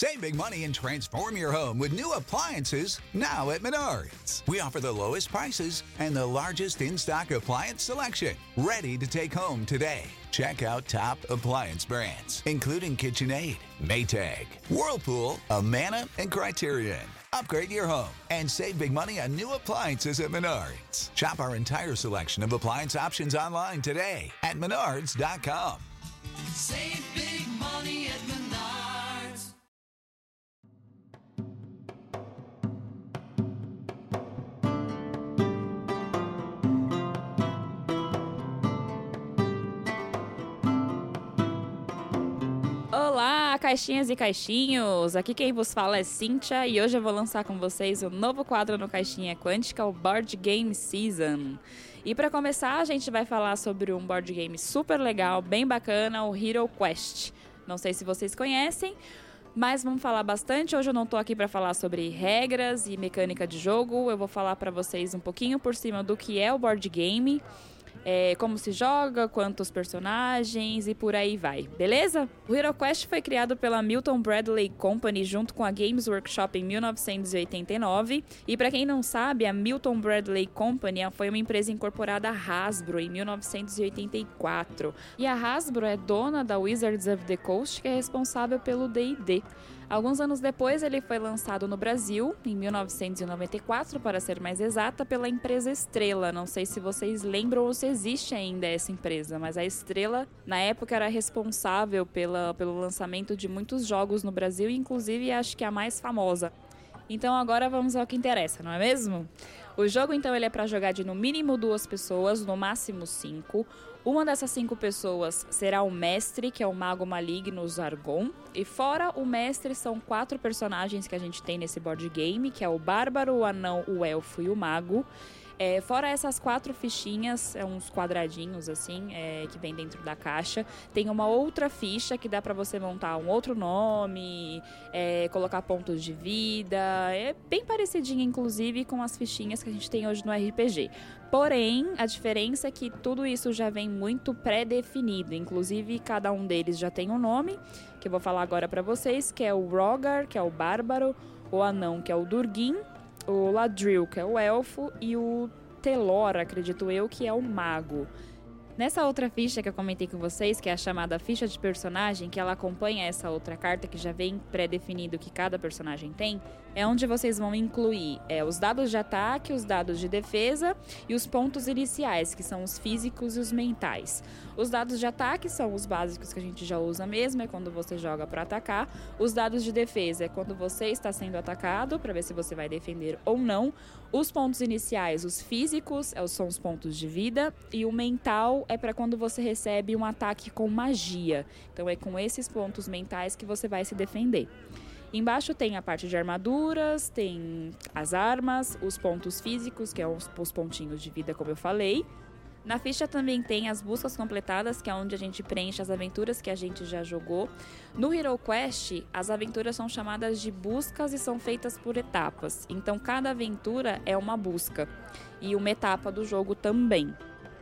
Save big money and transform your home with new appliances now at Menards. We offer the lowest prices and the largest in-stock appliance selection. Ready to take home today. Check out top appliance brands, including KitchenAid, Maytag, Whirlpool, Amana, and Criterion. Upgrade your home and save big money on new appliances at Menards. Shop our entire selection of appliance options online today at Menards.com. Save big money at Menards. Olá, caixinhas e caixinhos! Aqui quem vos fala é Cíntia e hoje eu vou lançar com vocês um novo quadro no Caixinha Quântica, o Board Game Season. E para começar, a gente vai falar sobre um board game super legal, bem bacana, o Hero Quest. Não sei se vocês conhecem, mas vamos falar bastante. Hoje eu não tô aqui para falar sobre regras e mecânica de jogo, eu vou falar para vocês um pouquinho por cima do que é o board game, como se joga, quantos personagens e por aí vai, beleza? O Hero Quest foi criado pela Milton Bradley Company junto com a Games Workshop em 1989 e para quem não sabe, a Milton Bradley Company foi uma empresa incorporada à Hasbro em 1984 e a Hasbro é dona da Wizards of the Coast, que é responsável pelo D&D. Alguns anos depois, ele foi lançado no Brasil, em 1994, para ser mais exata, pela empresa Estrela. Não sei se vocês lembram ou se existe ainda essa empresa, mas a Estrela, na época, era responsável pelo lançamento de muitos jogos no Brasil, inclusive acho que a mais famosa. Então agora vamos ao que interessa, não é mesmo? O jogo então ele é para jogar de no mínimo 2 pessoas, no máximo 5. Uma dessas 5 pessoas será o mestre, que é o mago maligno Zargon. E fora o mestre são 4 personagens que a gente tem nesse board game, que é o bárbaro, o anão, o elfo e o mago. Fora essas 4 fichinhas, uns quadradinhos assim, que vem dentro da caixa, tem uma outra ficha que dá pra você montar um outro nome, colocar pontos de vida, é bem parecidinha inclusive com as fichinhas que a gente tem hoje no RPG. Porém, a diferença é que tudo isso já vem muito pré-definido, inclusive cada um deles já tem um nome, que eu vou falar agora pra vocês, que é o Rogar, que é o bárbaro, o anão, que é o Durgin, o Ladril, que é o elfo, e o Telor, acredito eu, que é o mago. Nessa outra ficha que eu comentei com vocês, que é a chamada ficha de personagem, que ela acompanha essa outra carta que já vem pré-definido que cada personagem tem, é onde vocês vão incluir os dados de ataque, os dados de defesa e os pontos iniciais, que são os físicos e os mentais. Os dados de ataque são os básicos que a gente já usa mesmo, é quando você joga para atacar. Os dados de defesa é quando você está sendo atacado, para ver se você vai defender ou não. Os pontos iniciais, os físicos, são os pontos de vida, e o mental é para quando você recebe um ataque com magia. Então é com esses pontos mentais que você vai se defender. Embaixo tem a parte de armaduras, tem as armas, os pontos físicos, que são os pontinhos de vida, como eu falei. Na ficha também tem as buscas completadas, que é onde a gente preenche as aventuras que a gente já jogou. No Hero Quest, as aventuras são chamadas de buscas e são feitas por etapas. Então cada aventura é uma busca e uma etapa do jogo também.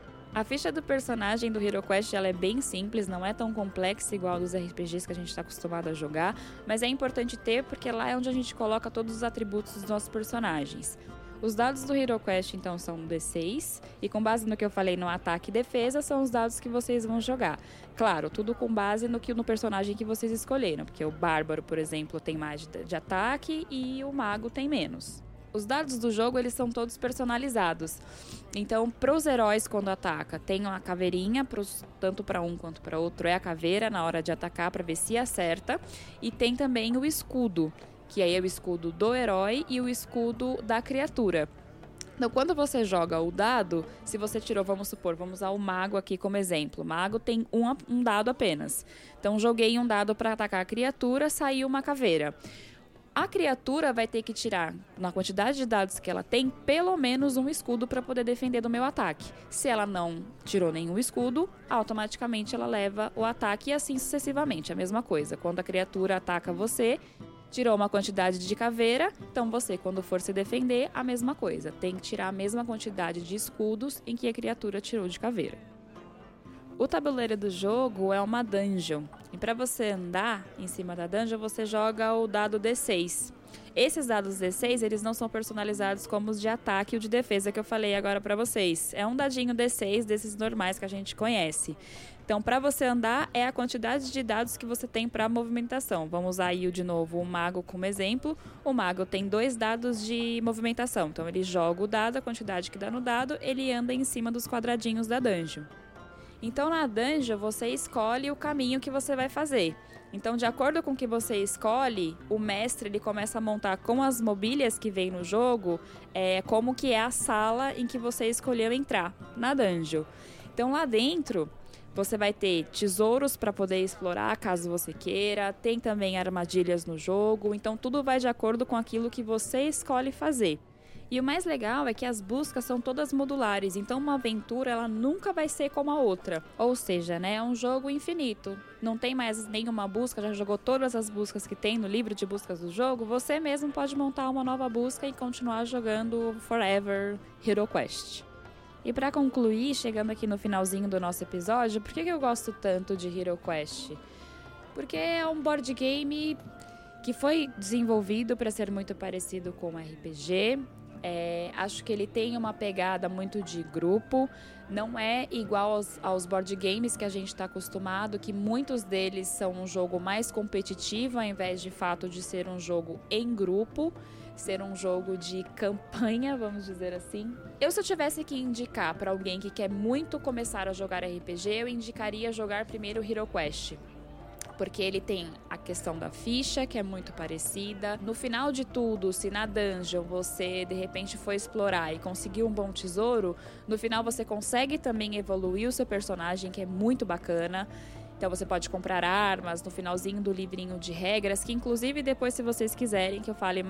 A ficha do personagem do Hero Quest ela é bem simples, não é tão complexa igual a dos RPGs que a gente está acostumado a jogar, mas é importante ter porque lá é onde a gente coloca todos os atributos dos nossos personagens. Os dados do Hero Quest, então, são D6, e com base no que eu falei no ataque e defesa, são os dados que vocês vão jogar. Claro, tudo com base no personagem que vocês escolheram, porque o bárbaro, por exemplo, tem mais de ataque e o mago tem menos. Os dados do jogo, eles são todos personalizados. Então, para os heróis, quando ataca, tem uma caveirinha, tanto para um quanto para outro, é a caveira na hora de atacar, para ver se acerta. E tem também o escudo, que aí é o escudo do herói e o escudo da criatura. Então, quando você joga o dado, se você tirou, vamos usar o mago aqui como exemplo. O mago tem um dado apenas. Então, joguei um dado para atacar a criatura, saiu uma caveira. A criatura vai ter que tirar, na quantidade de dados que ela tem, pelo menos um escudo para poder defender do meu ataque. Se ela não tirou nenhum escudo, automaticamente ela leva o ataque e assim sucessivamente. A mesma coisa, quando a criatura ataca você, tirou uma quantidade de caveira, então você, quando for se defender, a mesma coisa. Tem que tirar a mesma quantidade de escudos em que a criatura tirou de caveira. O tabuleiro do jogo é uma dungeon. E para você andar em cima da dungeon, você joga o dado D6. Esses dados D6, eles não são personalizados como os de ataque e o de defesa que eu falei agora para vocês. É um dadinho D6 desses normais que a gente conhece. Então, para você andar, é a quantidade de dados que você tem para movimentação. Vamos usar aí de novo o mago como exemplo. O mago tem 2 dados de movimentação. Então, ele joga o dado, a quantidade que dá no dado, ele anda em cima dos quadradinhos da dungeon. Então, na dungeon, você escolhe o caminho que você vai fazer. Então, de acordo com o que você escolhe, o mestre ele começa a montar com as mobílias que vem no jogo, como que é a sala em que você escolheu entrar, na dungeon. Então, lá dentro, você vai ter tesouros para poder explorar, caso você queira. Tem também armadilhas no jogo. Então, tudo vai de acordo com aquilo que você escolhe fazer. E o mais legal é que as buscas são todas modulares, então uma aventura ela nunca vai ser como a outra. Ou seja, né, é um jogo infinito. Não tem mais nenhuma busca, já jogou todas as buscas que tem no livro de buscas do jogo, você mesmo pode montar uma nova busca e continuar jogando Forever Hero Quest. E para concluir, chegando aqui no finalzinho do nosso episódio, por que eu gosto tanto de Hero Quest? Porque é um board game que foi desenvolvido para ser muito parecido com um RPG. Acho que ele tem uma pegada muito de grupo, não é igual aos board games que a gente está acostumado, que muitos deles são um jogo mais competitivo ao invés de fato de ser um jogo em grupo, ser um jogo de campanha, vamos dizer assim. Se eu tivesse que indicar para alguém que quer muito começar a jogar RPG, eu indicaria jogar primeiro Hero Quest. Porque ele tem a questão da ficha, que é muito parecida. No final de tudo, se na dungeon você de repente for explorar e conseguir um bom tesouro, no final você consegue também evoluir o seu personagem, que é muito bacana. Então você pode comprar armas no finalzinho do livrinho de regras, que inclusive depois, se vocês quiserem que eu fale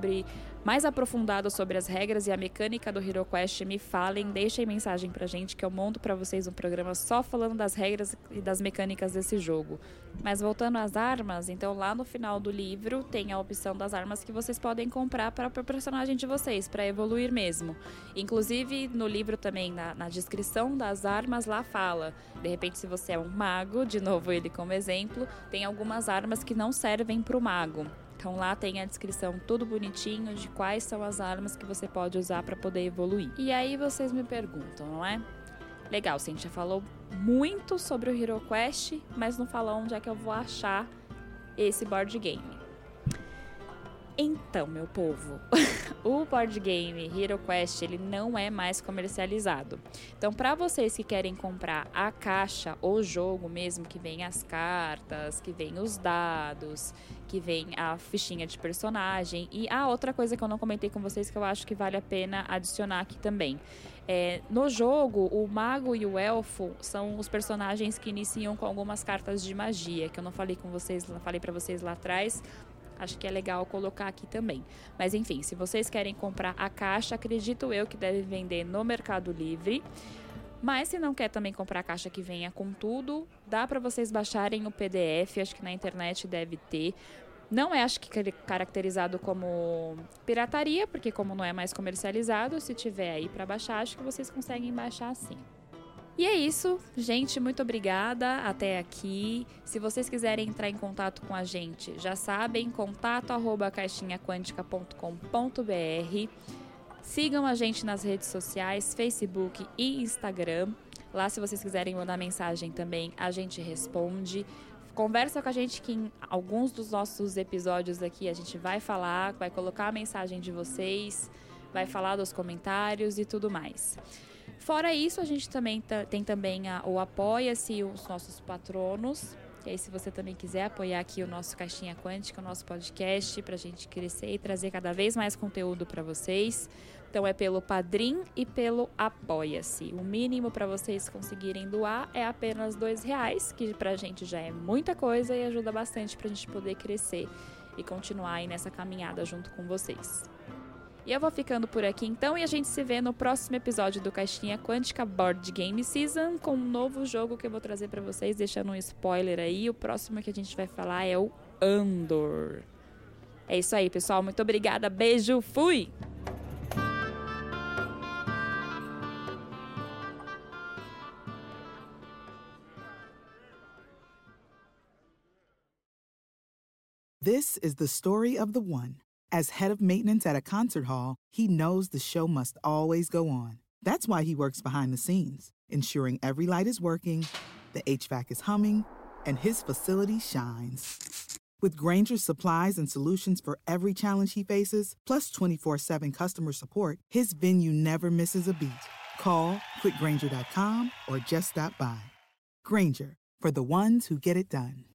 mais aprofundado sobre as regras e a mecânica do Hero Quest, me falem, deixem mensagem pra gente que eu monto pra vocês um programa só falando das regras e das mecânicas desse jogo. Mas voltando às armas, então lá no final do livro tem a opção das armas que vocês podem comprar para o personagem de vocês, para evoluir mesmo. Inclusive no livro também, na descrição das armas lá fala, de repente se você é um mago, de novo ele como exemplo, tem algumas armas que não servem para o mago. Então lá tem a descrição tudo bonitinho de quais são as armas que você pode usar para poder evoluir. E aí vocês me perguntam, não é? Legal, Cíntia falou muito sobre o Hero Quest, mas não falou onde é que eu vou achar esse board game. Então, meu povo, o board game Hero Quest ele não é mais comercializado. Então, para vocês que querem comprar a caixa, o jogo mesmo, que vem as cartas, que vem os dados, que vem a fichinha de personagem. E a outra coisa que eu não comentei com vocês que eu acho que vale a pena adicionar aqui também. No jogo, o mago e o elfo são os personagens que iniciam com algumas cartas de magia, que eu não falei com vocês, falei para vocês lá atrás. Acho que é legal colocar aqui também. Mas enfim, se vocês querem comprar a caixa, acredito eu que deve vender no Mercado Livre. Mas se não quer também comprar a caixa que venha com tudo, dá para vocês baixarem o PDF, acho que na internet deve ter. Não é, acho que caracterizado como pirataria, porque como não é mais comercializado, se tiver aí para baixar, acho que vocês conseguem baixar sim. E é isso, gente, muito obrigada até aqui. Se vocês quiserem entrar em contato com a gente, já sabem, contato@caixinhaquantica.com.br. Sigam a gente nas redes sociais, Facebook e Instagram. Lá, se vocês quiserem mandar mensagem também, a gente responde. Conversa com a gente que em alguns dos nossos episódios aqui a gente vai falar, vai colocar a mensagem de vocês, vai falar dos comentários e tudo mais. Fora isso, a gente também tem também o Apoia-se e os nossos patronos. E aí, se você também quiser apoiar aqui o nosso Caixinha Quântica, o nosso podcast, pra gente crescer e trazer cada vez mais conteúdo para vocês. Então, é pelo Padrim e pelo Apoia-se. O mínimo para vocês conseguirem doar é apenas R$2, que pra gente já é muita coisa e ajuda bastante pra gente poder crescer e continuar aí nessa caminhada junto com vocês. E eu vou ficando por aqui então e a gente se vê no próximo episódio do Caixinha Quântica Board Game Season com um novo jogo que eu vou trazer pra vocês, deixando um spoiler aí. O próximo que a gente vai falar é o Andor. É isso aí, pessoal. Muito obrigada. Beijo. Fui! This is the story of the one. As head of maintenance at a concert hall, he knows the show must always go on. That's why he works behind the scenes, ensuring every light is working, the HVAC is humming, and his facility shines. With Grainger's supplies and solutions for every challenge he faces, plus 24/7 customer support, his venue never misses a beat. Call quickgrainger.com or just stop by. Grainger, for the ones who get it done.